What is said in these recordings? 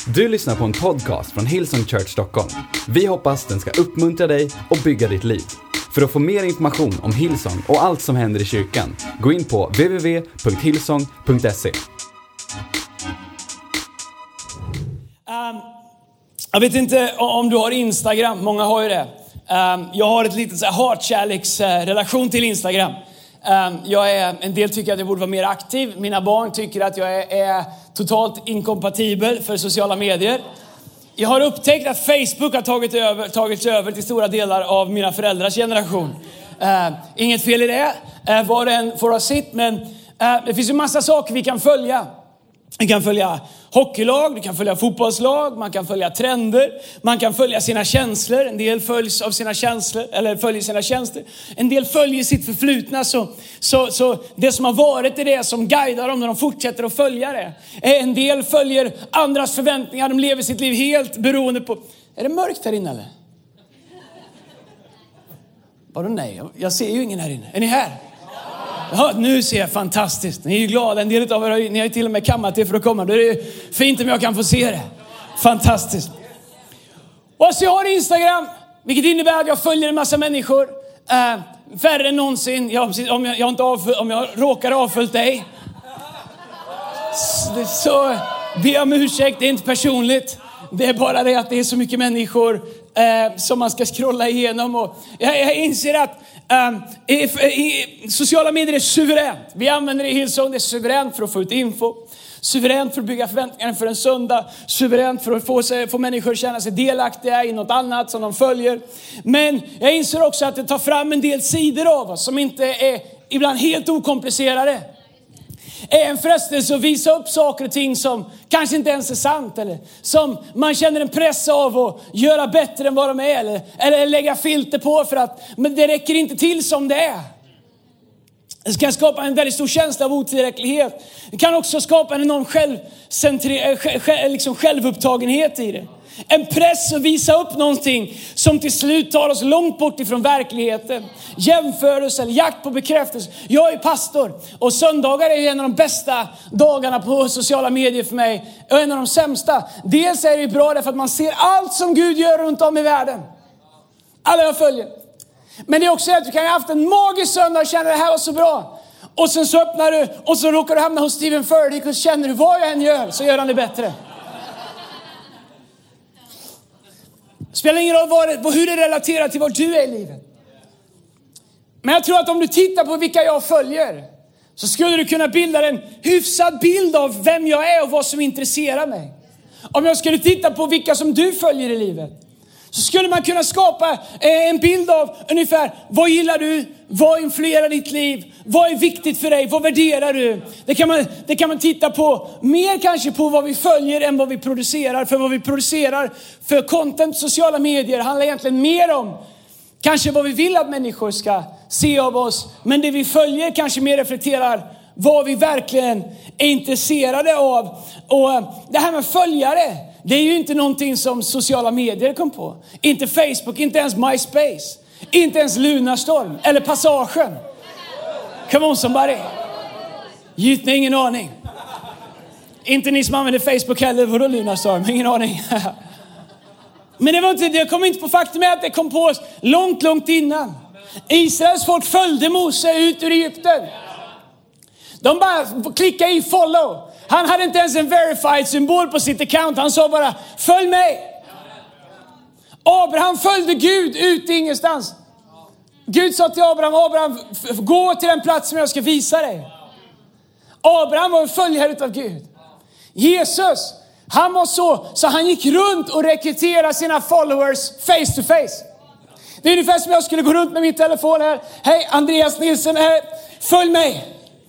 Du lyssnar på en podcast från Hillsong Church Stockholm. Vi hoppas den ska uppmuntra dig och bygga ditt liv. För att få mer information om Hillsong och allt som händer i kyrkan, gå in på www.hillsong.se. Jag vet inte om du har Instagram, många har ju det. Jag har ett litet hatkärleksrelation till Instagram. En del tycker att jag borde vara mer aktiv. Mina barn tycker att jag är totalt inkompatibel för sociala medier. Jag har upptäckt att Facebook har tagits över till stora delar av mina föräldrars generation. Inget fel i det. Var och en får ha sitt. Men det finns ju massa saker vi kan följa. Vi kan följa hockeylag, du kan följa fotbollslag, man kan följa trender, man kan följa sina känslor. En del följs av sina känslor, eller följer sina tjänster. En del följer sitt förflutna, så det som har varit är det som guidar dem när de fortsätter att följa det. En del följer andras förväntningar, de lever sitt liv helt beroende på... Är det mörkt här inne eller? Vadå nej? Jag ser ju ingen här inne. Är ni här? Ja, nu ser jag fantastiskt. Ni är ju glada. En del av er ni har ju till och med kammat er för att komma. Då är det ju fint om jag kan få se det. Fantastiskt. Och så jag har Instagram. Vilket innebär att jag följer en massa människor. Färre än någonsin. Om jag råkar avföljt dig. Så be om ursäkt. Det är inte personligt. Det är bara det att det är så mycket människor som man ska scrolla igenom. Och jag inser att sociala medier är suveränt. Vi använder det i Hillsong. Det är suveränt för att få ut info. Suveränt för att bygga förväntningar för en söndag. Suveränt för att få människor att känna sig delaktiga i något annat som de följer. Men jag inser också att det tar fram en del sidor av oss som inte är ibland helt okomplicerade. Är en frestelse att visa upp saker och ting som kanske inte ens är sant. Eller som man känner en press av att göra bättre än vad de är. Eller lägga filter på för att men det räcker inte till som det är. Det kan skapa en väldigt stor känsla av otillräcklighet. Det kan också skapa en enorm självupptagenhet i det. En press att visa upp någonting som till slut tar oss långt bort ifrån verkligheten. Jämförelse eller jakt på bekräftelse. Jag är pastor och söndagar är en av de bästa dagarna på sociala medier för mig. Och en av de sämsta. Dels är det bra därför att man ser allt som Gud gör runt om i världen. Alla jag följer. Men det är också att du kan ha haft en magisk söndag och känna det här var så bra. Och sen så öppnar du och så råkar du hamna hos Stephen Furtick och känner du vad jag än gör så gör han det bättre. Spelar ingen roll hur det relaterar till vad du är i livet. Men jag tror att om du tittar på vilka jag följer så skulle du kunna bilda en hyfsad bild av vem jag är och vad som intresserar mig. Om jag skulle titta på vilka som du följer i livet så skulle man kunna skapa en bild av ungefär vad gillar du, vad influerar ditt liv, vad är viktigt för dig, vad värderar du. Det kan man titta på mer kanske på vad vi följer än vad vi producerar. För vad vi producerar för content, sociala medier handlar egentligen mer om kanske vad vi vill att människor ska se av oss. Men det vi följer kanske mer reflekterar vad vi verkligen är intresserade av. Och det här med följare, det är ju inte någonting som sociala medier kom på. Inte Facebook, inte ens MySpace. Inte ens Lunarstorm eller Passagen. Come on somebody. Gjutna, ingen aning. Inte ni som använder Facebook heller, vadå Lunarstorm? Ingen aning. Men det kom inte på faktum att det kom på oss långt innan. Israels folk följde Mose ut ur Egypten. De bara klickade i follow. Han hade inte ens en verified symbol på sitt account. Han sa bara, följ mig. Abraham följde Gud ut ingenstans. Gud sa till Abraham, gå till den plats som jag ska visa dig. Abraham var en följare utav Gud. Jesus, han var så han gick runt och rekryterade sina followers face to face. Det är ungefär som jag skulle gå runt med min telefon här. Hej, Andreas Nilsson här. Följ mig.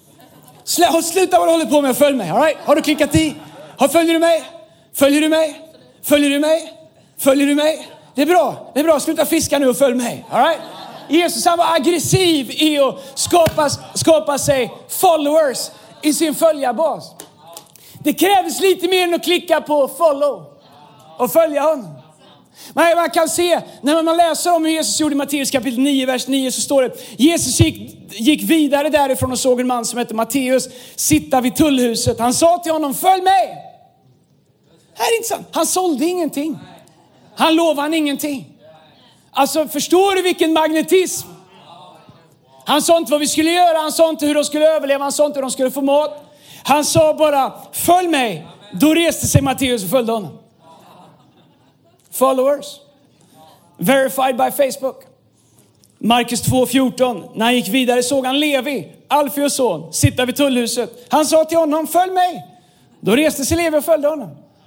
Sluta vad du håller på med och följ mig. All right? Har du klickat i? Följer du mig? Följer du mig? Följer du mig? Följer du mig? Det är bra. Sluta fiska nu och följ mig. All right? Jesus han var aggressiv i att skapa sig followers i sin följarbas. Det krävdes lite mer än att klicka på follow och följa honom. Man kan se, när man läser om hur Jesus gjorde i Matteus kapitel 9, vers 9 så står det: Jesus gick vidare därifrån och såg en man som hette Matteus sitta vid tullhuset. Han sa till honom, följ mig. Här är intressant. Han sålde ingenting. Han lovade ingenting. Alltså förstår du vilken magnetism? Han sa inte vad vi skulle göra. Han sa inte hur de skulle överleva. Han sa inte hur de skulle få mat. Han sa bara, följ mig. Då reste sig Matteus och följde honom. Followers. Verified by Facebook. Markus 2:14. När han gick vidare såg han Levi, Alfeus son, sitta vid tullhuset. Han sa till honom, följ mig. Då reste sig Levi och följde honom.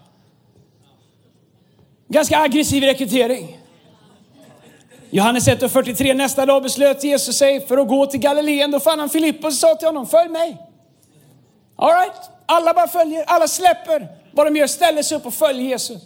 Ganska aggressiv rekrytering. Johannes 1:43. Nästa dag beslöt Jesus sig för att gå till Galileen. Då fann han Filippus och sa till honom, följ mig. All right. Alla bara följer. Alla släpper vad de gör. Ställer sig upp och följer Jesus.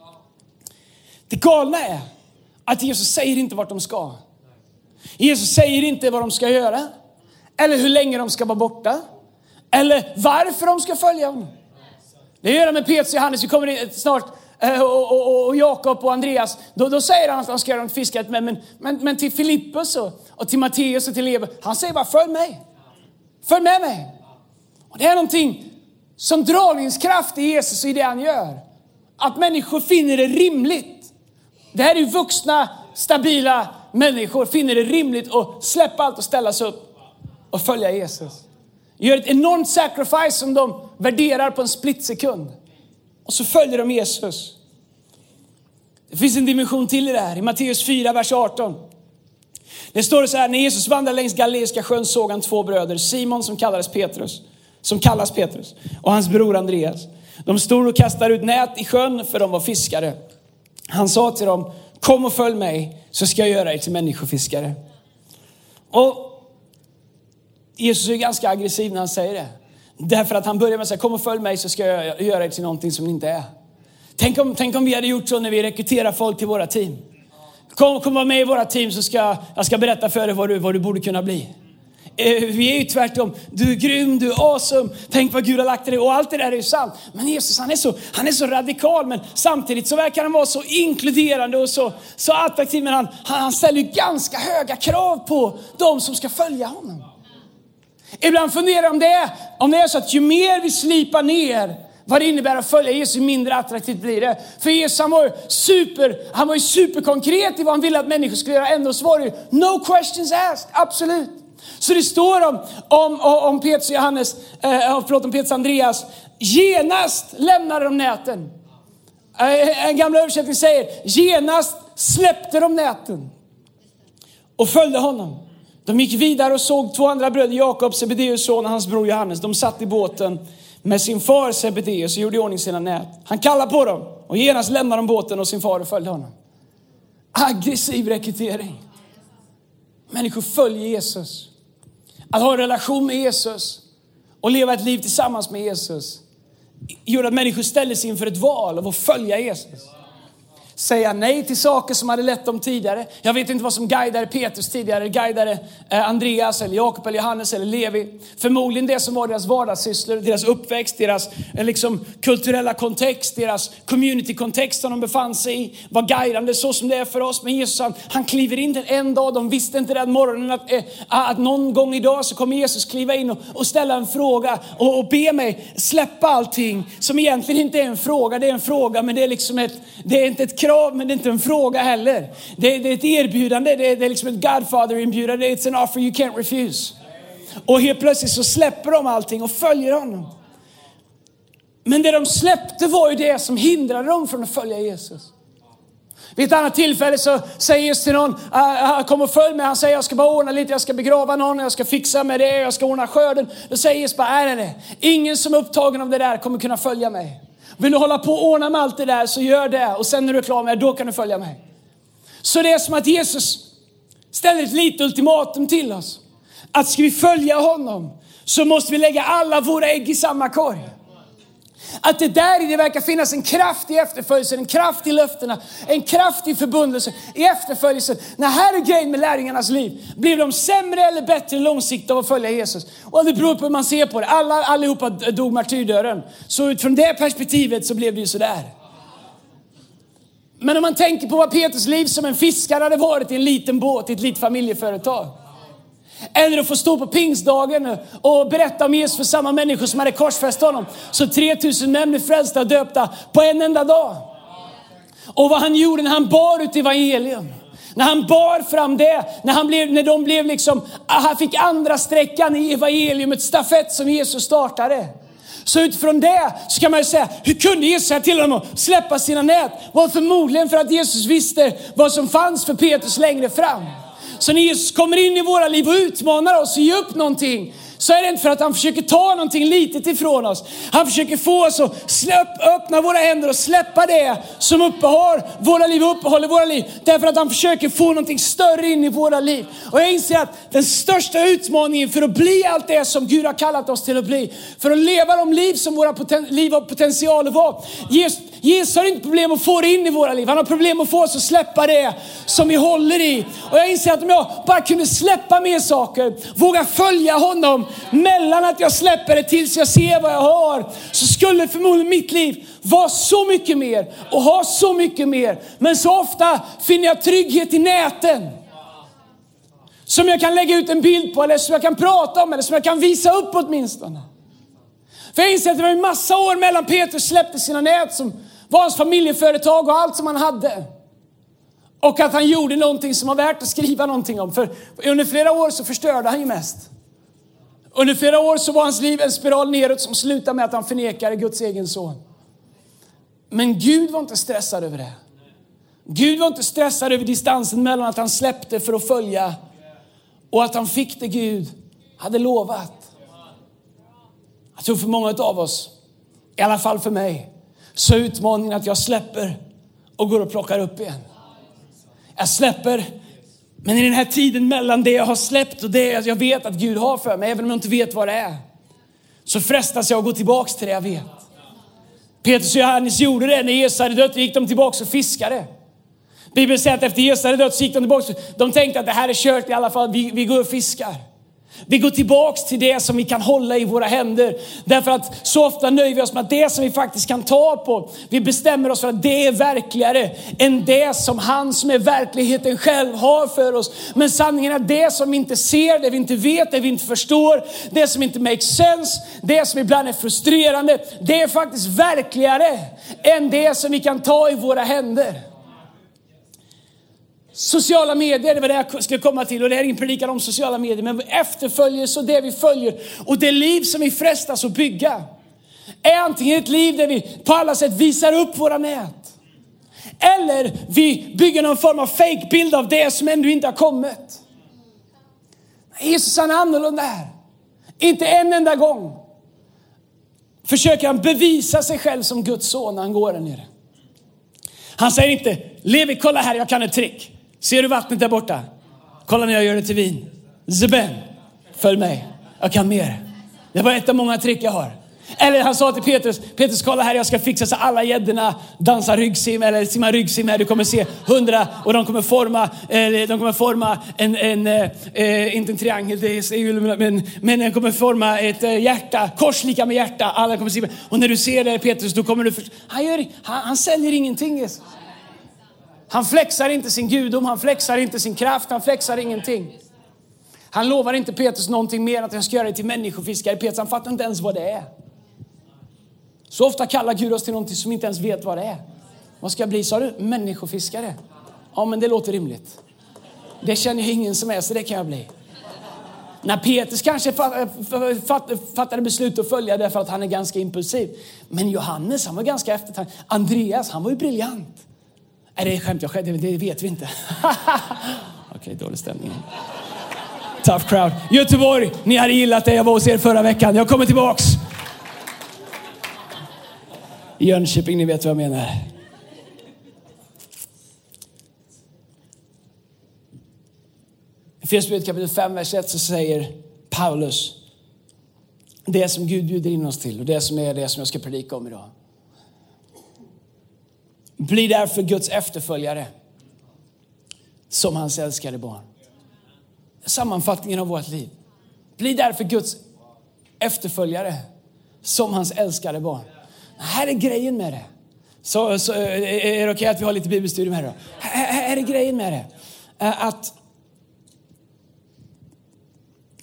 Det galna är att Jesus säger inte vart de ska. Jesus säger inte vad de ska göra. Eller hur länge de ska vara borta. Eller varför de ska följa honom. Det gör de med Petrus och Johannes. Vi kommer snart. Och Jakob och Andreas. Då säger han att de ska göra något fiskat. Men till Filippus och till Matteus och till Levi. Han säger bara, följ mig. Följ med mig. Och det är någonting som dragningskraft i Jesus och i det han gör. Att människor finner det rimligt. Det här är ju vuxna, stabila människor. Finner det rimligt att släppa allt och ställa sig upp och följa Jesus. Gör ett enormt sacrifice som de värderar på en splitsekund. Och så följer de Jesus. Det finns en dimension till i det här. I Matteus 4, vers 18. Det står det så här. När Jesus vandrade längs Galileiska sjön såg han två bröder. Simon som kallas Petrus. Och hans bror Andreas. De stod och kastade ut nät i sjön för de var fiskare. Han sa till dem, kom och följ mig så ska jag göra er till människofiskare. Och Jesus är ganska aggressiv när han säger det. Därför att han börjar med att säga, kom och följ mig så ska jag göra er till någonting som ni inte är. Tänk om vi hade gjort så när vi rekryterar folk till våra team. Kom vara med i våra team så jag ska berätta för dig vad du borde kunna bli. Vi är ju tvärtom. Du är grym, du är awesome. Tänk vad Gud har lagt i dig. Och allt det där är ju sant. Men Jesus han är så radikal. Men samtidigt så verkar han vara så inkluderande och så attraktiv. Men han ställer ju ganska höga krav på de som ska följa honom. Ibland funderar om det är så att ju mer vi slipar ner vad det innebär att följa Jesus, ju mindre attraktivt blir det. För Jesus han var ju superkonkret i vad han ville att människor skulle göra. Ändå så var det ju no questions asked, absolut. Så det står om Petrus och Johannes, om Petrus och Andreas. Genast lämnade de näten. En gamla översättning säger, genast släppte de näten. Och följde honom. De gick vidare och såg två andra bröder, Jakob, Sebedeus son och hans bror Johannes. De satt i båten med sin far Sebedeus och gjorde i ordning sina nät. Han kallade på dem och genast lämnade de båten och sin far och följde honom. Aggressiv rekrytering. Människor följer Jesus. Att ha en relation med Jesus och leva ett liv tillsammans med Jesus gör att människor ställer sig inför ett val av att följa Jesus. Säga nej till saker som hade lett dem tidigare. Jag vet inte vad som guidade Petrus tidigare. Guidade Andreas eller Jakob eller Johannes eller Levi. Förmodligen det som var deras vardagssysslor. Deras uppväxt, deras kulturella kontext. Deras community-kontext som de befann sig i. Var guidande så som det är för oss. Men Jesus han kliver in en dag. De visste inte den morgonen att någon gång idag så kommer Jesus kliva in och ställa en fråga. Och be mig släppa allting som egentligen inte är en fråga. Det är en fråga men det är det är inte ett krav, men det är inte en fråga heller. Det är ett erbjudande. Det är liksom ett Godfather-inbjudande. It's an offer you can't refuse. Och helt plötsligt så släpper de allting och följer honom. Men det de släppte var ju det som hindrade dem från att följa Jesus. Vid ett annat tillfälle så säger Jesus till någon, kom och följ mig. Han säger, jag ska bara ordna lite, jag ska begrava någon, jag ska fixa med det, jag ska ordna skörden. Då säger Jesus bara, nej. Ingen som är upptagen av det där kommer kunna följa mig. Vill du hålla på och ordna med allt det där så gör det. Och sen när du är klar med det, då kan du följa mig. Så det är som att Jesus ställer ett litet ultimatum till oss. Att ska vi följa honom så måste vi lägga alla våra ägg i samma korg. Att det verkar finnas en kraft i efterföljelsen, en kraft i löftena, en kraft i förbundelse i efterföljelsen. När här är grejen med lärjungarnas liv. Blir de sämre eller bättre långsiktigt av att följa Jesus? Och det beror på hur man ser på det. Allihopa dog martyrdöden. Så utifrån det perspektivet så blev det ju sådär. Men om man tänker på vad Petrus liv som en fiskare hade varit i en liten båt, i ett litet familjeföretag. Eller att få stå på pingstdagen och berätta om Jesus för samma människor som hade korsfäst honom. Så 3000 män blev frälsta och döpta på en enda dag. Och vad han gjorde när han bar ut evangelium. När han bar fram det, när de blev liksom, han fick andra sträckan i evangeliumet, stafett som Jesus startade. Så utifrån det så kan man ju säga, hur kunde Jesus säga till honom att släppa sina nät? Var förmodligen för att Jesus visste vad som fanns för Petrus längre fram. Så när Jesus kommer in i våra liv och utmanar oss och ger upp någonting, så är det inte för att han försöker ta någonting litet ifrån oss. Han försöker få oss att öppna våra händer och släppa det som uppehåller våra liv. Därför att han försöker få någonting större in i våra liv. Och jag inser att den största utmaningen för att bli allt det som Gud har kallat oss till att bli, för att leva de liv som våra liv har potential att vara. Jesus har inte problem att få det in i våra liv. Han har problem att få oss att släppa det som vi håller i. Och jag inser att om jag bara kunde släppa mer saker, våga följa honom mellan att jag släpper det tills jag ser vad jag har, så skulle förmodligen mitt liv vara så mycket mer och ha så mycket mer. Men så ofta finner jag trygghet i näten som jag kan lägga ut en bild på, eller som jag kan prata om, eller som jag kan visa upp åtminstone. För jag inser att det var en massa år mellan Petrus släppte sina nät som var hans familjeföretag och allt som han hade, och att han gjorde någonting som var värt att skriva någonting om. För under flera år så förstörde han ju mest. Under flera år så var hans liv en spiral neråt som slutade med att han förnekade Guds egen son. Men Gud var inte stressad över det. Gud var inte stressad över distansen mellan att han släppte för att följa och att han fick det Gud hade lovat. Jag tror för många av oss, i alla fall för mig, så är utmaningen att jag släpper och går och plockar upp igen. Jag släpper, men i den här tiden mellan det jag har släppt och det jag vet att Gud har för mig, även om jag inte vet vad det är, så frestas jag att gå tillbaka till det jag vet. Petrus och Johannes gjorde det när Jesus hade dött. Gick de tillbaka och fiskade. Bibeln säger att efter Jesus hade dött så gick de tillbaka. De tänkte att det här är kört i alla fall. Vi går och fiskar. Vi går tillbaks till det som vi kan hålla i våra händer. Därför att så ofta nöjer vi oss med att det som vi faktiskt kan ta på, vi bestämmer oss för att det är verkligare än det som han som är verkligheten själv har för oss. Men sanningen är det som vi inte ser, det vi inte vet, det vi inte förstår, det som inte makes sense, det som ibland är frustrerande, det är faktiskt verkligare än det som vi kan ta i våra händer. Sociala medier, det var det jag skulle komma till, och det är ingen predikan om sociala medier, men efterföljer så det vi följer och det liv som vi frestas att bygga är antingen ett liv där vi på alla sätt visar upp våra nät, eller vi bygger någon form av fake-bild av det som ännu inte har kommit. Jesus är annorlunda här. Inte en enda gång försöker han bevisa sig själv som Guds son när han går där nere. Han säger inte, Levi, kolla här, jag kan ett trick. Ser du vattnet där borta? Kolla när jag gör det till vin. Zeben, följ mig. Jag kan mer. Det var ett av många trick jag har. Eller han sa till Petrus, kolla här, jag ska fixa så alla gäddorna dansar ryggsim eller simmar ryggsim här. Du kommer se 100 och de kommer forma inte en triangel, men de kommer forma ett hjärta, kors lika med hjärta. Alla kommer simma. Och när du ser det, Petrus, då kommer du han säljer ingenting, Jesus. Han flexar inte sin gudom, han flexar inte sin kraft, han flexar ingenting. Han lovar inte Petrus någonting mer än att jag ska göra det till människofiskare. Petrus, han fattar inte ens vad det är. Så ofta kallar Gud oss till någonting som inte ens vet vad det är. Vad ska jag bli, sa du? Människofiskare? Ja, men det låter rimligt. Det känner jag ingen som är, så det kan jag bli. När Petrus kanske fattade beslut att följa det för att han är ganska impulsiv. Men Johannes, han var ganska eftertänkt. Andreas, han var ju briljant. Är det skämt jag skedde? Det vet vi inte. Okej, dålig stämning. Tough crowd. Göteborg, ni hade gillat det jag var hos er förra veckan. Jag kommer tillbaks. Jönköping, ni vet vad jag menar. I Efesierbrevet kapitel 5, vers 1 så säger Paulus det som Gud bjuder in oss till, och det som är det som jag ska predika om idag. Bli därför Guds efterföljare som hans älskade barn. Sammanfattningen av vårt liv. Bli därför Guds efterföljare som hans älskade barn. Det här är grejen med det. Så är det okej att vi har lite bibelstudium här då? Här är grejen med det. Att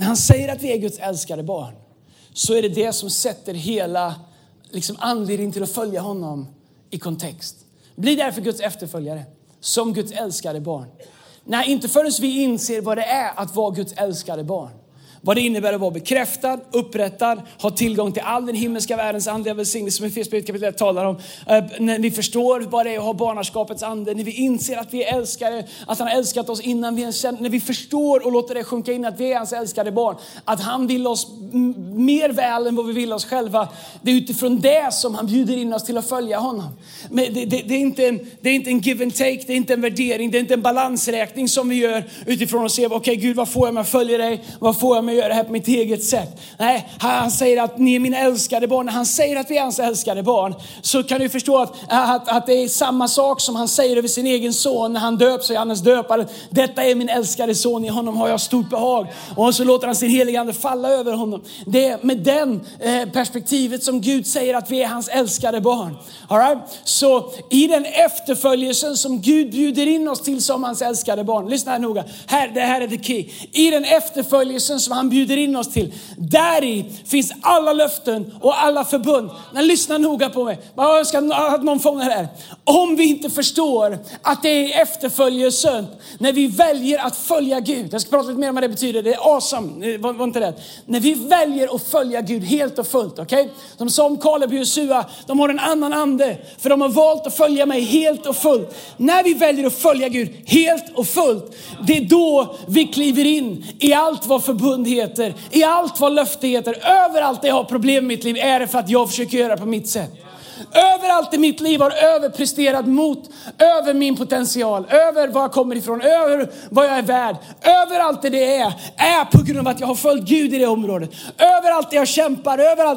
När han säger att vi är Guds älskade barn, så är det det som sätter hela anledningen till att följa honom i kontext. Bli därför Guds efterföljare, som Guds älskade barn. Nej, inte förrän vi inser vad det är att vara Guds älskade barn. Vad det innebär att vara bekräftad, upprättad, ha tillgång till all den himmelska världens andliga välsignelse som Efesierbrevet kapitel 1 talar om. När vi förstår vad det är att ha barnaskapets ande, när vi inser att vi är älskade, att han har älskat oss innan vi ens känner, när vi förstår och låter det sjunka in att vi är hans älskade barn, att han vill oss mer väl än vad vi vill oss själva. Det är utifrån det som han bjuder in oss till att följa honom. Men det är inte en give and take, det är inte en värdering, det är inte en balansräkning som vi gör utifrån att se, okej Gud, vad får jag med att följa dig? Vad får jag med att göra det här på mitt eget sätt? Nej, han säger att ni är mina älskade barn. När han säger att vi är hans älskade barn, så kan du förstå att det är samma sak som han säger över sin egen son när han döps i Johannes döparen. Detta är min älskade son, i honom har jag stort behag. Och så låter han sin heliga ande falla över honom. Det är med den perspektivet som Gud säger att vi är hans älskade barn. All right? Så i den efterföljelsen som Gud bjuder in oss till som hans älskade barn. Lyssna här noga. Det här är the key. I den efterföljelsen som han bjuder in oss till, där i finns alla löften och alla förbund. Men lyssna noga på mig. Jag önskar att någon fångar det här. Om vi inte förstår att det är efterföljelsen när vi väljer att följa Gud. Jag ska prata lite mer om vad det betyder. Det är awesome. Var inte rädd. När vi väljer att följa Gud helt och fullt. Okay? Som Kaleb och Josua, de har en annan ande. För de har valt att följa mig helt och fullt. När vi väljer att följa Gud helt och fullt, det är då vi kliver in i allt vad förbund heter. I allt vad löfte heter. Överallt där jag har problem i mitt liv är det för att jag försöker göra på mitt sätt. Överallt i mitt liv har överpresterat över min potential, över var jag kommer ifrån, över vad jag är värd. Överallt det är på grund av att jag har följt Gud i det området. Överallt det jag kämpar, överallt,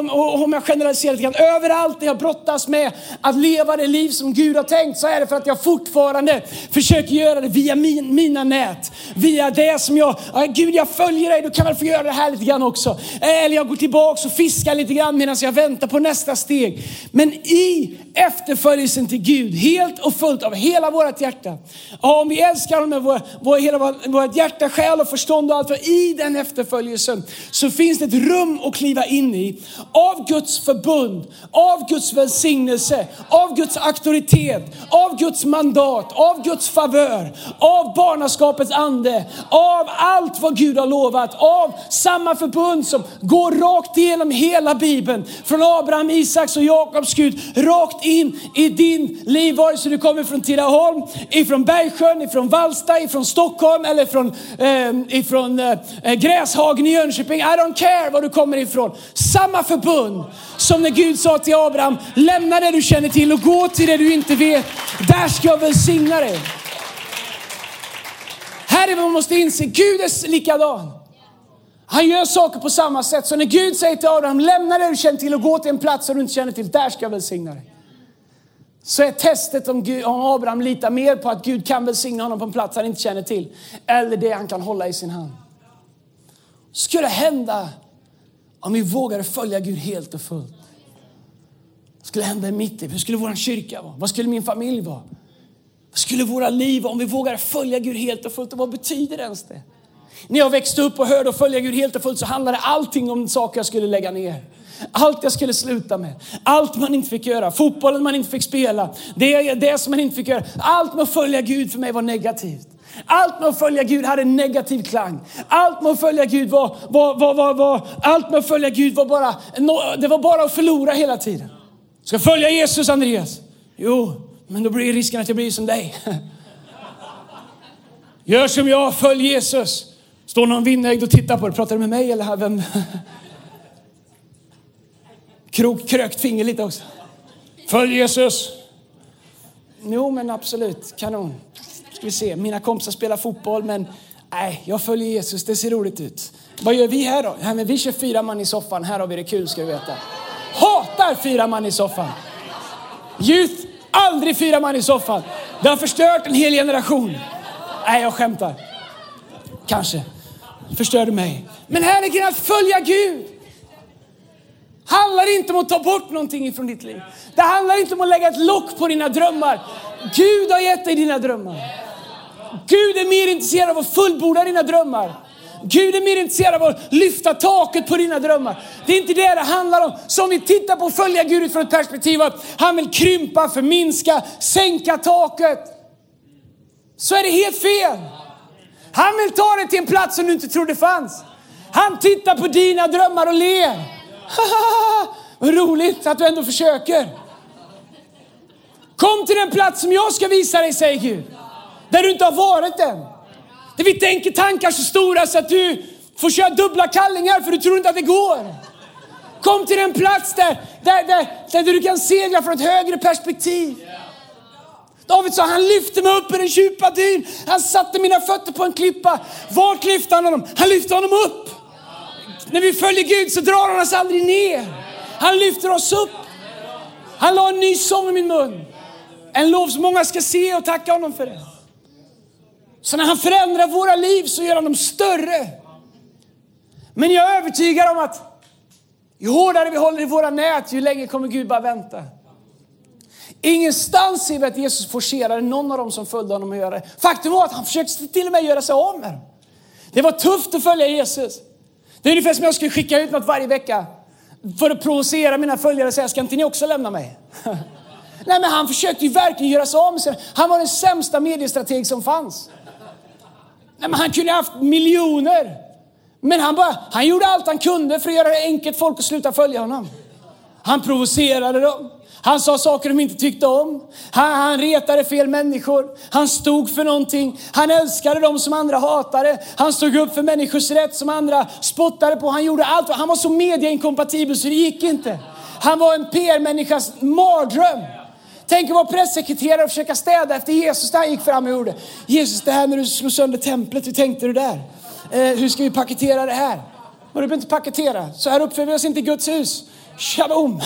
om jag generaliserar lite grann, överallt det jag brottas med att leva det liv som Gud har tänkt, så är det för att jag fortfarande försöker göra det via mina nät. Via det som Gud, jag följer dig, du kan väl få göra det här lite grann också. Eller jag går tillbaka och fiskar lite grann medan jag väntar på nästa steg. Men i efterföljelsen till Gud, helt och fullt av hela vårt hjärta. Om vi älskar honom med hela vårt hjärta, själ och förstånd och allt. För i den efterföljelsen så finns det ett rum att kliva in i. Av Guds förbund, av Guds välsignelse, av Guds auktoritet, av Guds mandat, av Guds favör, av barnaskapets ande, av allt vad Gud har lovat, av samma förbund som går rakt igenom hela Bibeln. Från Abraham, Isaks och Jakobs Gud, rakt in i din liv, vare sig du kommer från Tidaholm, ifrån Bergsjön, ifrån Vallsta, ifrån Stockholm eller ifrån Gräshagen i Jönköping. I don't care var du kommer ifrån. Samma förbund som när Gud sa till Abraham, lämna det du känner till och gå till det du inte vet. Där ska jag välsigna dig. Här är vad man måste inse. Gud är likadan. Han gör saker på samma sätt. Så när Gud säger till Abraham, lämna det du känner till och gå till en plats som du inte känner till. Där ska jag välsigna dig. Så är testet om Abraham litar mer på att Gud kan välsigna honom på en plats han inte känner till. Eller det han kan hålla i sin hand. Skulle hända om vi vågar följa Gud helt och fullt. Vad skulle hända i mitt liv? Hur skulle vår kyrka vara? Vad skulle min familj vara? Vad skulle våra liv vara om vi vågar följa Gud helt och fullt? Och vad betyder ens det? När jag växte upp och hörde och följa Gud helt och fullt, så handlade allting om saker jag skulle lägga ner. Allt jag skulle sluta med. Allt man inte fick göra. Fotbollen man inte fick spela. Det som man inte fick göra. Allt med att följa Gud för mig var negativt. Allt med att följa Gud hade en negativ klang. Allt med att följa Gud allt med att följa Gud var bara, det var bara att förlora hela tiden. Ska följa Jesus, Andreas? Jo, men då blir risken att jag blir som dig. Gör som jag, följ Jesus. Står någon vinnägd och tittar på det. Pratar du med mig eller här? Vem? Krökt finger lite också. Följ Jesus. Jo, men absolut. Kanon. Ska vi se. Mina kompisar spelar fotboll, men nej, jag följer Jesus. Det ser roligt ut. Vad gör vi här då? Ja, men vi kör 4 man i soffan. Här har vi det kul, ska du veta. Hatar 4 man i soffan. Youth, aldrig 4 man i soffan. Det har förstört en hel generation. Nej, jag skämtar. Kanske. Förstörde mig. Men här är det att följa Gud. Handlar inte om att ta bort någonting ifrån ditt liv. Det handlar inte om att lägga ett lock på dina drömmar. Gud har gett dig dina drömmar. Gud är mer intresserad av att fullborda dina drömmar. Gud är mer intresserad av att lyfta taket på dina drömmar. Det är inte det det handlar om. Så om vi tittar på att följa Gud från ett perspektiv att han vill krympa, förminska, sänka taket, så är det helt fel. Han vill ta dig till en plats som du inte trodde fanns. Han tittar på dina drömmar och ler. Vad roligt att du ändå försöker. Kom till den plats som jag ska visa dig, säger Gud. Där du inte har varit än. Där vi tänker tankar så stora så att du får köra dubbla kallingar för du tror inte att det går. Kom till den plats där du kan segla från ett högre perspektiv. David sa, han lyfte mig upp i den djupa dyn. Han satte mina fötter på en klippa. Vart lyfte han honom? Han lyfte honom upp. När vi följer Gud så drar han oss aldrig ner. Han lyfter oss upp. Han la en ny sång i min mun. En lov som många ska se och tacka honom för det. Så när han förändrar våra liv så gör han dem större. Men jag är övertygad om att ju hårdare vi håller i våra nät, ju längre kommer Gud bara vänta. Ingenstans ser vi att Jesus forcerade någon av dem som följde honom att göra det. Faktum var att han försökte till och med göra sig av med dem. Det var tufft att följa Jesus. Det är ungefär som jag skulle skicka ut något varje vecka för att provocera mina följare och säga, ska inte ni också lämna mig? Nej, men han försökte ju verkligen göra sig av med sig. Han var den sämsta mediestrateg som fanns. Nej, men han kunde ha haft miljoner. Men han gjorde allt han kunde för att göra det enkelt folk att sluta följa honom. Han provocerade dem. Han sa saker de inte tyckte om. Han retade fel människor. Han stod för någonting. Han älskade dem som andra hatade. Han stod upp för människors rätt som andra spottade på. Han gjorde allt. Han var så mediainkompatibel så det gick inte. Han var en PR-människas mardröm. Tänk att vara pressekreterare och försöka städa efter Jesus där han gick fram och gjorde. Jesus, det här när du slog sönder templet, hur tänkte du där? Hur ska vi paketera det här? Men du behöver inte paketera. Så här uppför vi oss inte i Guds hus. Shalom.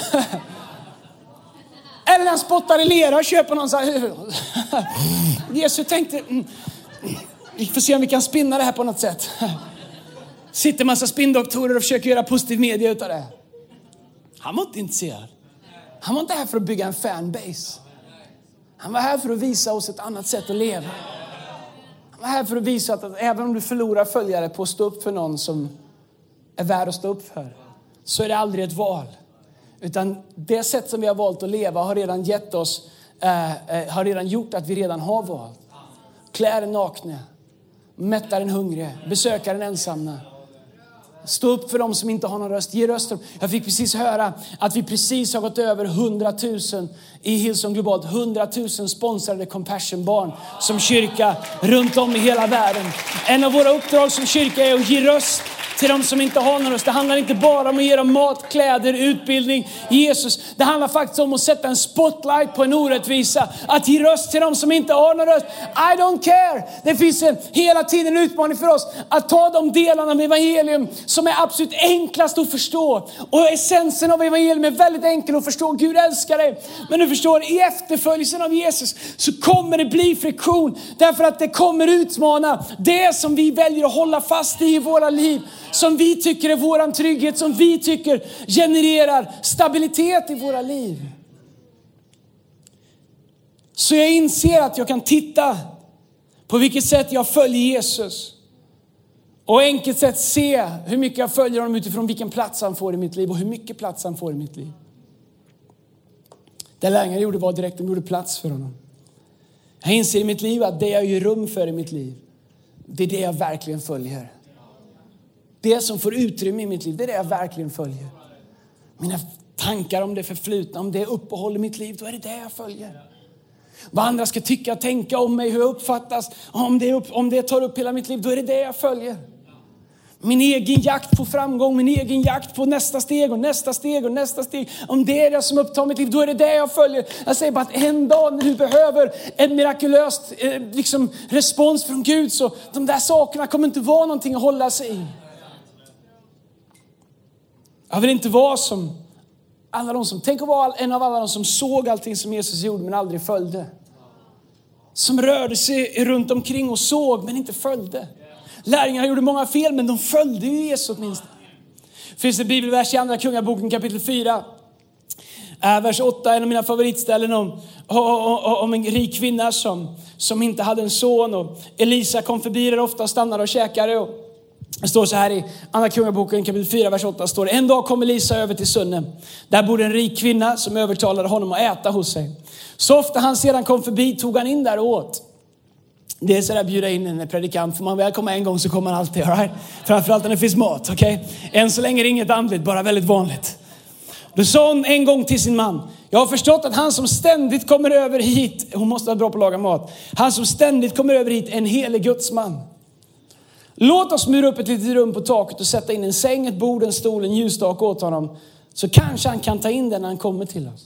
Eller när han spottar i lera och köper någon så här. Jesus tänkte, vi får se om vi kan spinna det här på något sätt. Sitter en massa spindoktorer och försöker göra positiv media utav det. Han var inte intresserad. Han var inte här för att bygga en fanbase. Han var här för att visa oss ett annat sätt att leva. Han var här för att visa att även om du förlorar följare på att stå upp för någon som är värd att stå upp för, så är det aldrig ett val. Utan det sätt som vi har valt att leva har redan gett oss, har redan gjort att vi redan har valt. Klä den nakna, mätta den hungriga, besöka den ensamma. Stå upp för dem som inte har någon röst. Ge röst. Jag fick precis höra att vi precis har gått över 100 000 i Hillsong globalt. 100 000 sponsrade Compassion-barn som kyrka runt om i hela världen. En av våra uppdrag som kyrka är att ge röst till de som inte har någon röst. Det handlar inte bara om att ge dem mat, kläder, utbildning, Jesus. Det handlar faktiskt om att sätta en spotlight på en orättvisa. Att ge röst till de som inte har någon röst. I don't care. Det finns hela tiden en utmaning för oss att ta de delarna av evangelium som är absolut enklast att förstå. Och essensen av evangelium är väldigt enkel att förstå. Gud älskar dig. Men du förstår, i efterföljelsen av Jesus så kommer det bli friktion. Därför att det kommer utmana det som vi väljer att hålla fast i våra liv. Som vi tycker är våran trygghet. Som vi tycker genererar stabilitet i våra liv. Så jag inser att jag kan titta på vilket sätt jag följer Jesus. Och enkelt sätt se hur mycket jag följer honom utifrån vilken plats han får i mitt liv. Och hur mycket plats han får i mitt liv. Det lärjungarna gjorde var direkt, de gjorde plats för honom. Jag inser i mitt liv att det jag gör rum för i mitt liv, det är det jag verkligen följer. Det som får utrymme i mitt liv, det är det jag verkligen följer. Mina tankar om det förflutna, om det uppehåller mitt liv, då är det det jag följer. Vad andra ska tycka och tänka om mig, hur jag uppfattas, om det tar upp hela mitt liv, då är det det jag följer. Min egen jakt på framgång, min egen jakt på nästa steg och nästa steg och nästa steg. Om det är det som upptar mitt liv, då är det det jag följer. Jag säger bara att en dag när du behöver en mirakulöst respons från Gud, så de där sakerna kommer inte vara någonting att hålla sig i. Jag vill inte vara som alla de som, tänk att vara en av alla de som såg allting som Jesus gjorde men aldrig följde. Som rörde sig runt omkring och såg men inte följde. Lärjungarna gjorde många fel men de följde ju Jesus åtminstone. Det finns en bibelvers i andra kungaboken kapitel 4. Vers 8, en av mina favoritställen om en rik kvinna som inte hade en son. Och Elisa kom förbi där ofta och stannade och käkade. Och Det står så här i Andra Kungaboken kapitel 4, vers 8. Står det: en dag kom Elisa över till Sunne. Där bodde en rik kvinna som övertalade honom att äta hos sig. Så ofta han sedan kom förbi tog han in där och åt. Det är så där bjuda in en predikant. Får man väl komma en gång så kommer man alltid. Right? Framförallt när det finns mat. Okay? Än så länge är det inget andligt, bara väldigt vanligt. Då sa hon en gång till sin man: jag har förstått att han som ständigt kommer över hit, hon måste vara bra på att laga mat. Han som ständigt kommer över hit är en helig gudsman. Låt oss mura upp ett litet rum på taket och sätta in en säng, ett bord, en stol, en ljusstak åt honom. Så kanske han kan ta in den när han kommer till oss.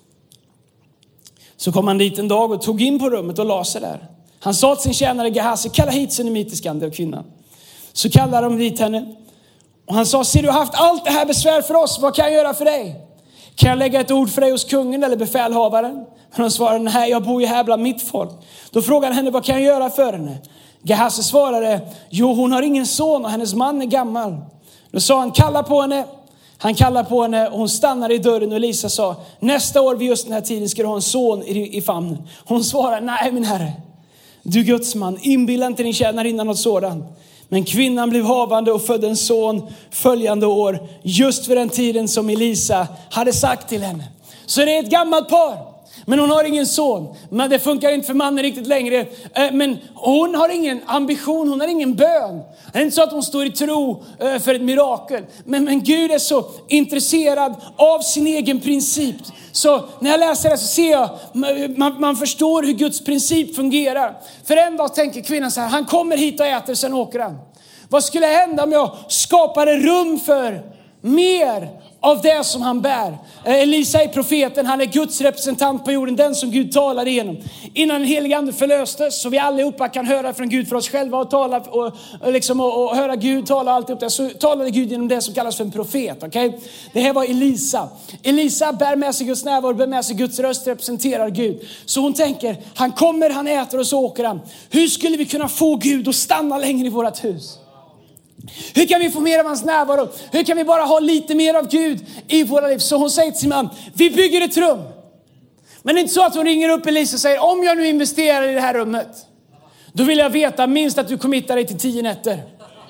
Så kom han dit en dag och tog in på rummet och la sig där. Han sa till sin tjänare Gehazi: kalla hit sunemitiskan, det var kvinnan. Så kallade de dit henne. Och han sa: ser du har haft allt det här besvär för oss, vad kan jag göra för dig? Kan jag lägga ett ord för dig hos kungen eller befälhavaren? Men hon svarade: nej, jag bor ju här bland mitt folk. Då frågade han henne: vad kan jag göra för henne? Gehazi svarade: jo, hon har ingen son och hennes man är gammal. Då sa han: kalla på henne. Han kallade på henne och hon stannade i dörren och Elisa sa: nästa år vid just den här tiden ska du ha en son i famnen. Hon svarade: nej min herre, du gudsman, inbilla inte din tjänarinna något sådant. Men kvinnan blev havande och födde en son följande år, just för den tiden som Elisa hade sagt till henne. Så det är ett gammalt par. Men hon har ingen son. Men det funkar inte för mannen riktigt längre. Men hon har ingen ambition. Hon har ingen bön. Det är inte så att hon står i tro för ett mirakel. Men Gud är så intresserad av sin egen princip. Så när jag läser det så ser jag. Man förstår hur Guds princip fungerar. För en dag tänker kvinnan så här: han kommer hit och äter, sen åker han. Vad skulle hända om jag skapade rum för mer av det som han bär? Elisa är profeten, han är Guds representant på jorden, den som Gud talar igenom. Innan den helige ande förlöstes, så vi allihopa kan höra från Gud för oss själva och tala och höra Gud tala allt upp det, så talade Gud genom det som kallas för en profet. Okay? Det här var Elisa. Elisa bär med sig Guds närvaro, bär med sig Guds röst, representerar Gud. Så hon tänker: han kommer, han äter och så åker han. Hur skulle vi kunna få Gud att stanna längre i vårt hus? Hur kan vi få mer av hans närvaro? Hur kan vi bara ha lite mer av Gud i våra liv? Så hon säger till sin man: vi bygger ett rum. Men det är inte så att hon ringer upp Elisa och säger: om jag nu investerar i det här rummet, då vill jag veta minst att du committar dig till 10 nätter.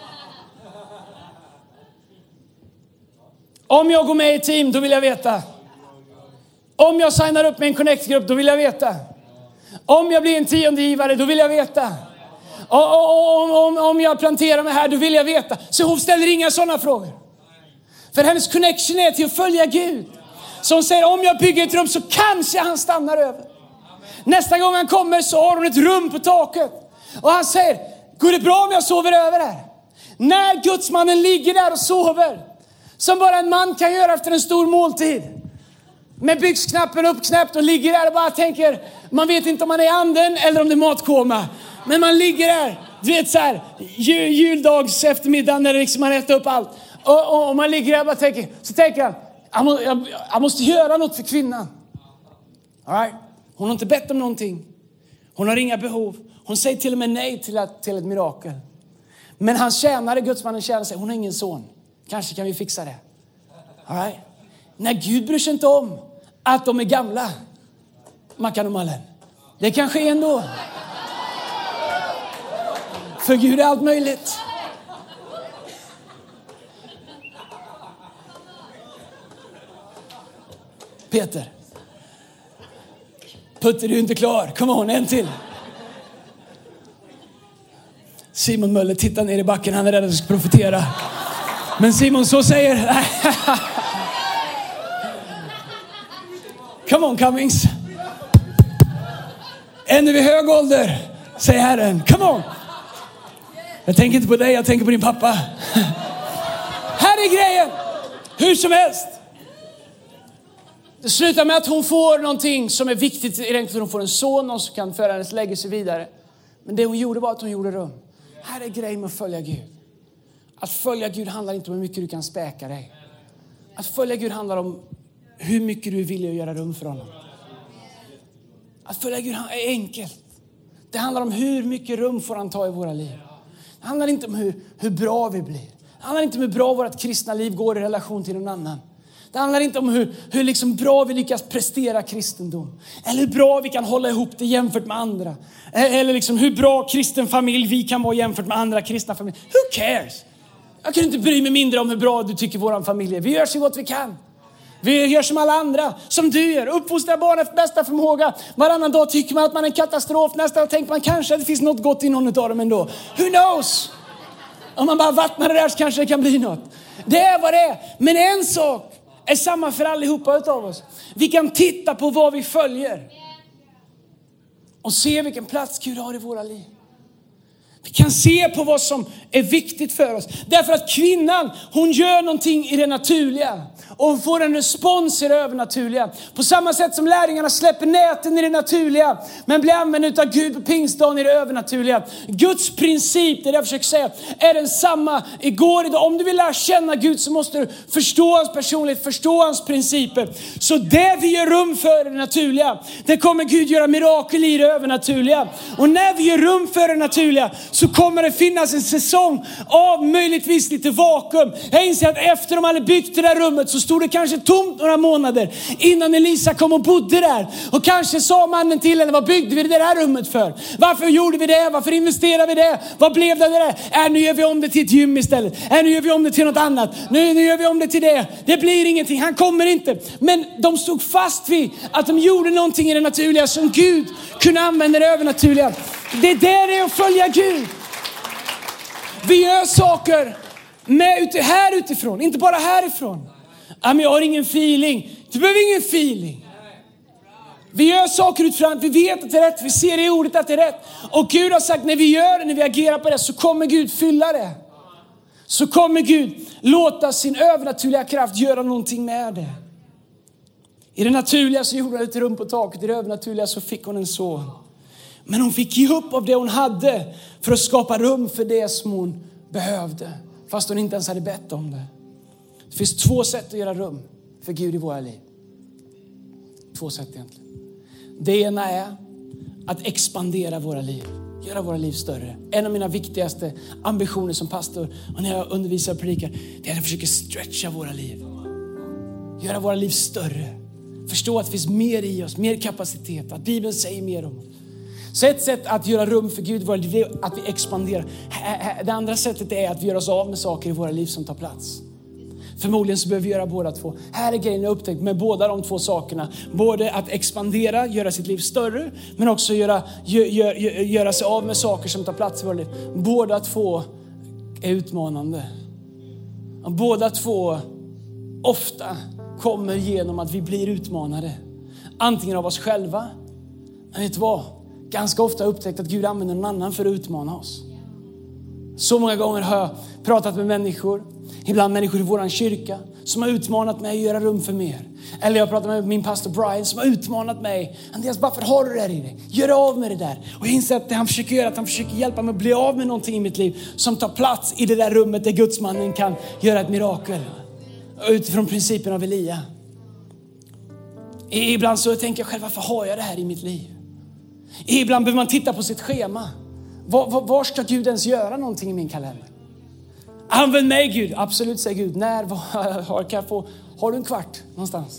Om jag går med i team, då vill jag veta. Om jag signar upp med en connect-grupp, då vill jag veta. Om jag blir en 10:e givare, då vill jag veta. Om jag planterar mig här, då vill jag veta. Så hon ställer inga sådana frågor. För hennes connection är till att följa Gud. Så hon säger: om jag bygger ett rum så kanske han stannar över. Nästa gång han kommer så har hon ett rum på taket. Och han säger: går det bra om jag sover över här? När gudsmannen ligger där och sover, som bara en man kan göra efter en stor måltid, med byxknappen uppknäppt och ligger där och bara tänker, man vet inte om man är i anden eller om det är matkoma. Men man ligger där, du vet så här, juldags eftermiddag när liksom man äter upp allt. Och man ligger där och bara tänker, så tänker han, jag måste göra något för kvinnan. All right. Hon har inte bett om någonting. Hon har inga behov. Hon säger till och med nej till ett mirakel. Men han tjänare, gudsmannen tjänar sig, hon har ingen son. Kanske kan vi fixa det. All right. När Gud bryr sig inte om att de är gamla, Mackan och Mallen. Det kan ske ändå. För Gud är allt möjligt. Peter. Putter, du är inte klar. Kom on, en till. Simon Möller tittar ner i backen. Han är rädd att ska profetera. Men Simon så säger... Come on, Cummings. Ännu vid hög ålder, säger Herren. Come on. Jag tänker inte på dig, jag tänker på din pappa. Här är grejen. Hur som helst. Det slutar med att hon får någonting som är viktigt. Hon får en son, någon som kan föra hennes lägga sig vidare. Men det hon gjorde var att hon gjorde rum. Här är grejen med att följa Gud. Att följa Gud handlar inte om hur mycket du kan späka dig. Att följa Gud handlar om hur mycket du är villig att göra rum för honom. Att följa Gud är enkelt. Det handlar om hur mycket rum får han ta i våra liv. Det handlar inte om hur bra vi blir. Det handlar inte om hur bra vårt kristna liv går i relation till någon annan. Det handlar inte om hur liksom bra vi lyckas prestera kristendom. Eller hur bra vi kan hålla ihop det jämfört med andra. Eller liksom hur bra kristen familj vi kan vara jämfört med andra kristna familjer. Who cares? Jag kan inte bry mig mindre om hur bra du tycker våran familj är. Vi gör så gott vi kan. Vi gör som alla andra, som du gör. Uppfostrar barn efter bästa förmåga. Varannan dag tycker man att man är en katastrof. Nästa dag tänker man kanske att det finns något gott i någon av dem ändå. Who knows? Om man bara vattnar det där så kanske det kan bli något. Det är vad det är. Men en sak är samma för allihopa utav oss. Vi kan titta på vad vi följer. Och se vilken plats Gud har i våra liv. Vi kan se på vad som är viktigt för oss. Därför att kvinnan, hon gör någonting i det naturliga. Och hon får en respons i det övernaturliga. På samma sätt som lärjungarna släpper näten i det naturliga. Men blir använda av Gud på pingstdagen i det övernaturliga. Guds princip, det är det jag försöker säga, är densamma igår idag. Om du vill lära känna Gud så måste du förstå hans personlighet, förstå hans principer. Så det vi gör rum för det naturliga, det kommer Gud göra mirakel i det övernaturliga. Och när vi gör rum för det naturliga så kommer det finnas en säsong av möjligtvis lite vakuum. Jag inser att efter de hade byggt det där rummet så stod det kanske tomt några månader innan Elisa kom och bodde där. Och kanske sa mannen till henne, vad byggde vi det där rummet för? Varför gjorde vi det? Varför investerade vi det? Vad blev det där? Nu gör vi om det till ett gym istället. Nu gör vi om det till något annat. Nu gör vi om det till det. Det blir ingenting. Han kommer inte. Men de stod fast vid att de gjorde någonting i det naturliga som Gud kunde använda det övernaturliga. Det är det är att följa Gud. Vi gör saker här utifrån, inte bara härifrån. Men jag har ingen feeling. Du behöver ingen feeling. Vi gör saker utifrån, vi vet att det är rätt, vi ser i ordet att det är rätt. Och Gud har sagt, när vi gör det, när vi agerar på det, så kommer Gud fylla det. Så kommer Gud låta sin övernaturliga kraft göra någonting med det. I det naturliga så gjorde hon ett rum på taket, i det övernaturliga så fick hon en son. Men hon fick ge upp av det hon hade för att skapa rum för det som hon behövde. Fast hon inte ens hade bett om det. Det finns 2 sätt att göra rum för Gud i våra liv. 2 sätt egentligen. Det ena är att expandera våra liv. Göra våra liv större. En av mina viktigaste ambitioner som pastor och när jag undervisar och predikar, det är att jag försöker stretcha våra liv. Göra våra liv större. Förstå att det finns mer i oss, mer kapacitet. Att Bibeln säger mer om oss. Så ett sätt att göra rum för Gud var att vi expanderar. Det andra sättet är att vi gör oss av med saker i våra liv som tar plats. Förmodligen så behöver vi göra båda två. Här är grejen jag upptäckt med båda de 2 sakerna. Både att expandera, göra sitt liv större. Men också göra sig av med saker som tar plats i våra liv. Båda 2 är utmanande. Och båda 2 ofta kommer genom att vi blir utmanade. Antingen av oss själva. Men vet du vad? Ganska ofta har jag upptäckt att Gud använder någon annan för att utmana oss. Så många gånger har jag pratat med människor, ibland människor i våran kyrka, som har utmanat mig att göra rum för mer. Eller jag har pratat med min pastor Brian som har utmanat mig. Andreas, varför har du det här i dig? Gör av med det där. Och jag inser att det han försöker göra, att han försöker hjälpa mig att bli av med någonting i mitt liv som tar plats i det där rummet där Gudsmannen kan göra ett mirakel. Utifrån principen av Elia. Ibland så tänker jag själv, varför har jag det här i mitt liv? Ibland behöver man titta på sitt schema. Var ska Gud ens göra någonting i min kalender? Använd mig Gud. Absolut, säger Gud. När, var, kan jag få? Har du en kvart någonstans?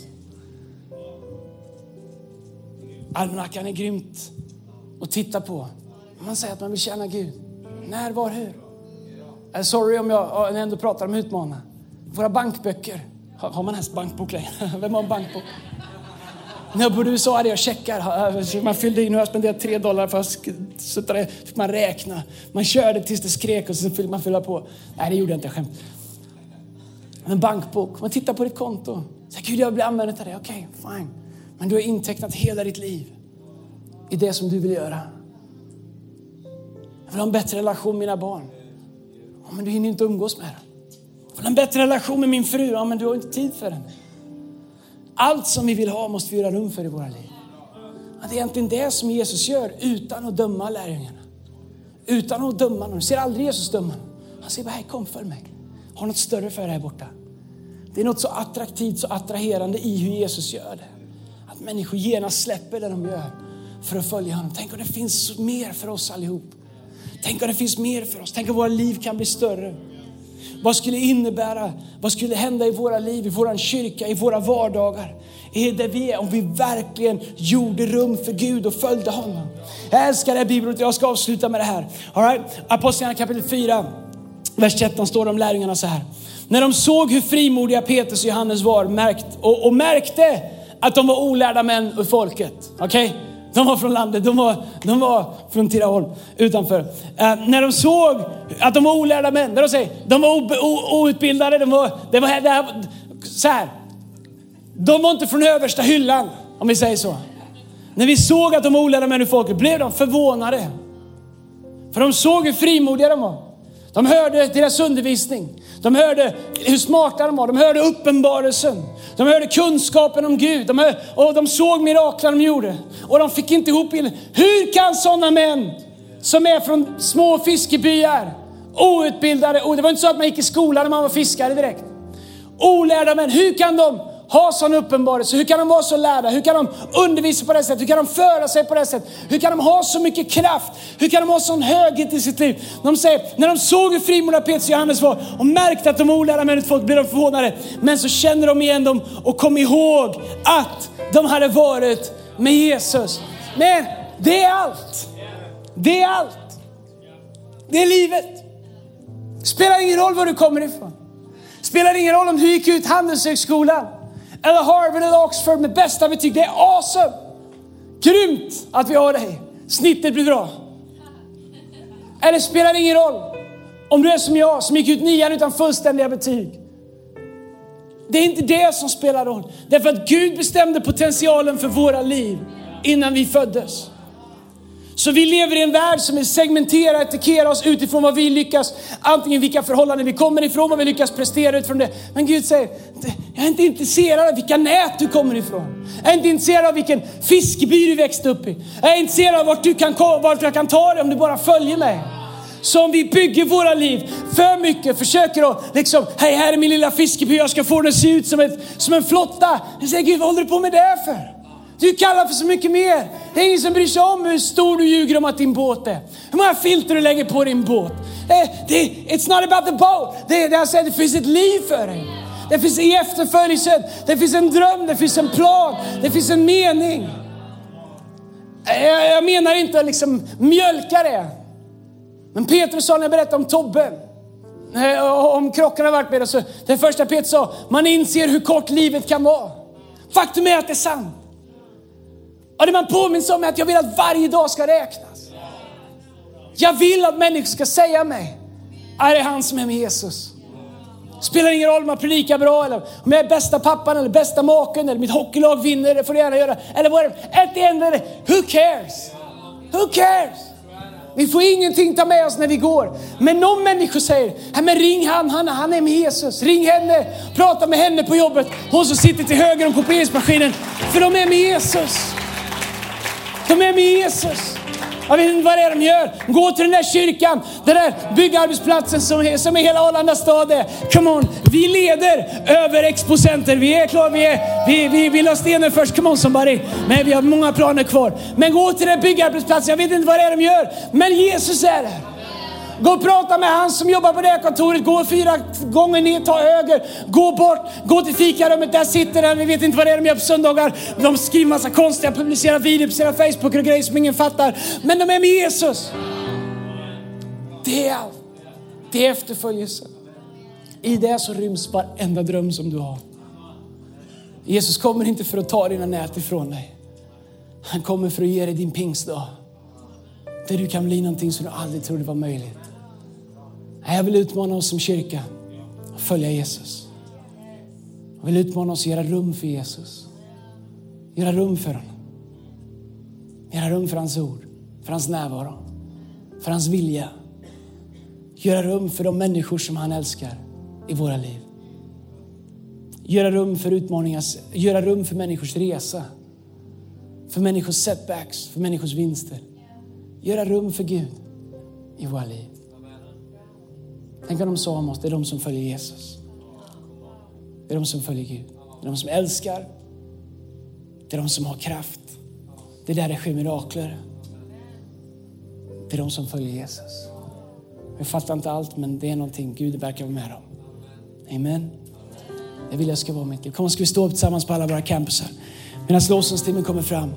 Almanackan är grymt att titta på. Man säger att man vill känna Gud. När, var, hur? Sorry om jag ändå pratar om utmana. Våra bankböcker. Har man ens bankbok längre? Vem har en bankbok? När jag bodde i USA hade jag checkar. Man fyllde in och jag spenderade $3 för att sätta det. Fick man räkna. Man körde tills det skrek och så fick man fylla på. Nej, det gjorde jag inte, skämt. En bankbok. Man tittar på ditt konto. Så Gud, jag blir använd av det. Okej, fine. Men du har intecknat hela ditt liv i det som du vill göra. Jag vill ha en bättre relation med mina barn. Ja, men du hinner inte umgås med dem. Jag vill ha en bättre relation med min fru. Ja, men du har inte tid för den. Allt som vi vill ha måste vi göra rum för i våra liv. Att det är egentligen det som Jesus gör utan att döma lärjungarna. Utan att döma dem. Du ser aldrig Jesus döma. Han säger bara, hej, kom för mig. Har något större för dig här borta. Det är något så attraktivt, så attraherande i hur Jesus gör det. Att människor genast släpper det de gör för att följa honom. Tänk om det finns mer för oss allihop. Tänk om det finns mer för oss. Tänk om våra liv kan bli större. Vad skulle det innebära? Vad skulle hända i våra liv, i våran kyrka, i våra vardagar? Är det vi är om vi verkligen gjorde rum för Gud och följde honom? Jag älskar det här bibelordet. Jag ska avsluta med det här. All right? Apostlagärningarna kapitel 4. Vers 13 står det om lärjungarna så här. När de såg hur frimodiga Petrus och Johannes var märkte att de var olärda män ur folket. Okej? De var från landet, de var från Tidaholm utanför. När de såg att de var olärda män, när de säger de var outbildade, det var så här. De var inte från översta hyllan, om vi säger så. När vi såg att de var olärda män ur folket blev de förvånade. För de såg hur frimodiga de var. De hörde deras undervisning. De hörde hur smarta de var. De hörde uppenbarelsen. De hörde kunskapen om Gud. Och de såg mirakler de gjorde. Och de fick inte ihop bilden. Hur kan sådana män som är från små fiskebyar, outbildade, och det var inte så att man gick i skolan när man var fiskare direkt. Olärda män, hur kan de ha sån uppenbarelse? Hur kan de vara så lärda? Hur kan de undervisa på det sättet? Hur kan de föra sig på det sättet? Hur kan de ha så mycket kraft? Hur kan de ha sån höghet i sitt liv? De säger, när de såg hur frimodiga Petrus och Johannes var och märkte att de var olärda män, folk blev de förvånade. Men så kände de igen dem och kom ihåg att de hade varit med Jesus. Men det är allt. Det är allt. Det är livet. Spelar ingen roll var du kommer ifrån. Spelar ingen roll om du gick ut Handelshögskolan eller Harvard eller Oxford med bästa betyg. Det är awesome. Grymt att vi har dig. Snittet blir bra. Eller spelar ingen roll om du är som jag som gick ut 9 utan fullständiga betyg. Det är inte det som spelar roll. Därför att Gud bestämde potentialen för våra liv innan vi föddes. Så vi lever i en värld som är segmenterad, attackerar oss utifrån vad vi lyckas. Antingen vilka förhållanden vi kommer ifrån, vad vi lyckas prestera utifrån det. Men Gud säger, jag är inte intresserad av vilka nät du kommer ifrån. Jag är inte intresserad av vilken fiskeby du växte upp i. Jag är intresserad av vart jag kan ta dig om du bara följer mig. Så om vi bygger våra liv för mycket, försöker att liksom, hej, här är min lilla fiskeby, jag ska få den att se ut som en flotta. Jag säger, Gud, vad håller du på med det för? Du kallar för så mycket mer. Det är ingen som bryr sig om hur stor du ljuger om att din båt är. Hur många filter du lägger på din båt. It's not about the boat. Det finns ett liv för dig. Det finns i efterföljelsen. Det finns en dröm. Det finns en plan. Det finns en mening. Jag menar inte att liksom mjölka det. Men Petrus sa när jag berättade om Tobbe. Om krocken har varit med. Så det första Petrus sa. Man inser hur kort livet kan vara. Faktum är att det är sant. Och det man påminns om är att jag vill att varje dag ska räknas. Jag vill att människor ska säga mig, är det han som är med Jesus? Spelar ingen roll om jag predikar bra eller om jag är bästa pappan eller bästa maken eller mitt hockeylag vinner, det får du gärna göra. Eller vad är det? At the end of the day, who cares? Who cares? Vi får ingenting ta med oss när vi går. Men någon människa säger, men ring han är med Jesus. Ring henne, prata med henne på jobbet. Hon som sitter till höger om kopieringsmaskinen. För de är med Jesus. De är med Jesus. Jag vet inte vad det är de gör. Gå till den där kyrkan. Den där byggarbetsplatsen som är hela Arlanda stad. Come on. Vi leder över Expo-center. Vi är klara. Vi vill ha stenen först. Come on somebody. Men vi har många planer kvar. Men gå till den byggarbetsplatsen. Jag vet inte vad det är de gör. Men Jesus är där. Gå och prata med han som jobbar på det här kontoret. Gå 4 gånger ner, ta höger. Gå bort, gå till fikarummet. Där sitter den. Vi vet inte vad det är de gör på söndagar. De skriver massa konstiga, publicerar videor på sina Facebook och grejer som ingen fattar. Men de är med Jesus. Det är allt. Det är efterföljelse. I det så ryms varenda dröm som du har. Jesus kommer inte för att ta dina nät ifrån dig. Han kommer för att ge dig din pingstdag. Där du kan bli någonting som du aldrig trodde var möjligt. Jag vill utmana oss som kyrka att följa Jesus. Jag vill utmana oss att göra rum för Jesus. Göra rum för honom. Göra rum för hans ord. För hans närvaro. För hans vilja. Göra rum för de människor som han älskar i våra liv. Göra rum för utmaningar. Göra rum för människors resa. För människors setbacks. För människors vinster. Göra rum för Gud i våra liv. Tänk om de sa om oss, det är de som följer Jesus. Det är de som följer Gud. Det är de som älskar. Det är de som har kraft. Det är där det sker mirakler. Det är de som följer Jesus. Jag fattar inte allt, men det är någonting Gud verkar vara med om. Amen. Det vill jag ska vara mitt liv. Kom, ska vi stå upp tillsammans på alla våra campusar. Medan lovsångstimmen kommer fram.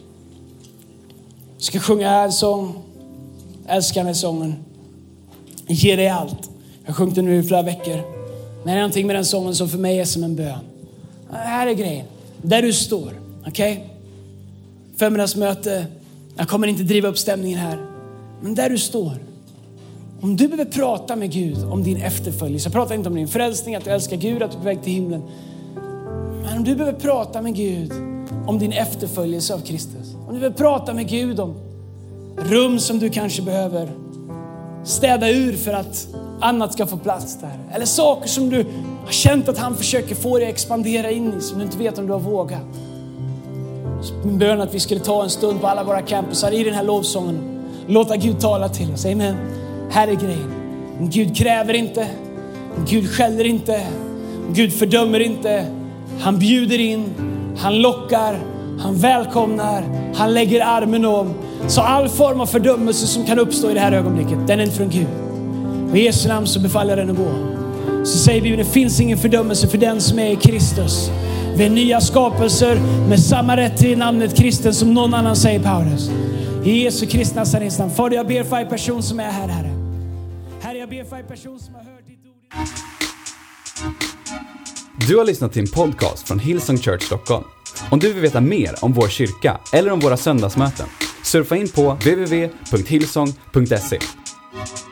Vi ska sjunga här sång. Älskar den sången. Ge dig allt. Jag sjöng den nu i flera veckor. Men det är någonting med den sången som för mig är som en bön. Här är grejen. Där du står. Okej? Förmiddagsmöte. Jag kommer inte driva upp stämningen här. Men där du står. Om du behöver prata med Gud om din efterföljelse. Jag pratar inte om din frälsning, att du älskar Gud, att du är på väg till himlen. Men om du behöver prata med Gud om din efterföljelse av Kristus. Om du behöver prata med Gud om rum som du kanske behöver städa ur för att annat ska få plats där. Eller saker som du har känt att han försöker få dig att expandera in i, som du inte vet om du har vågat. Min bön att vi skulle ta en stund på alla våra campusar i den här lovsången. Låta Gud tala till oss. Amen. Här är grejen. Gud kräver inte. Gud skäller inte. Gud fördömer inte. Han bjuder in. Han lockar. Han välkomnar. Han lägger armen om. Så all form av fördömelse som kan uppstå i det här ögonblicket, den är inte från Gud. Och i Jesu namn så befaller den att gå. Så säger vi, det finns ingen fördömelse för den som är i Kristus. Vi är nya skapelser med samma rätt till namnet kristen som någon annan, säger Paulus. I Jesu Kristi Nazarens namn. Fader, jag ber för en person som är här, Herre. Herre, jag ber för en person som har hört ditt ord. Du har lyssnat till en podcast från Hillsong Church Stockholm. Om du vill veta mer om vår kyrka eller om våra söndagsmöten, surfa in på www.hillsong.se.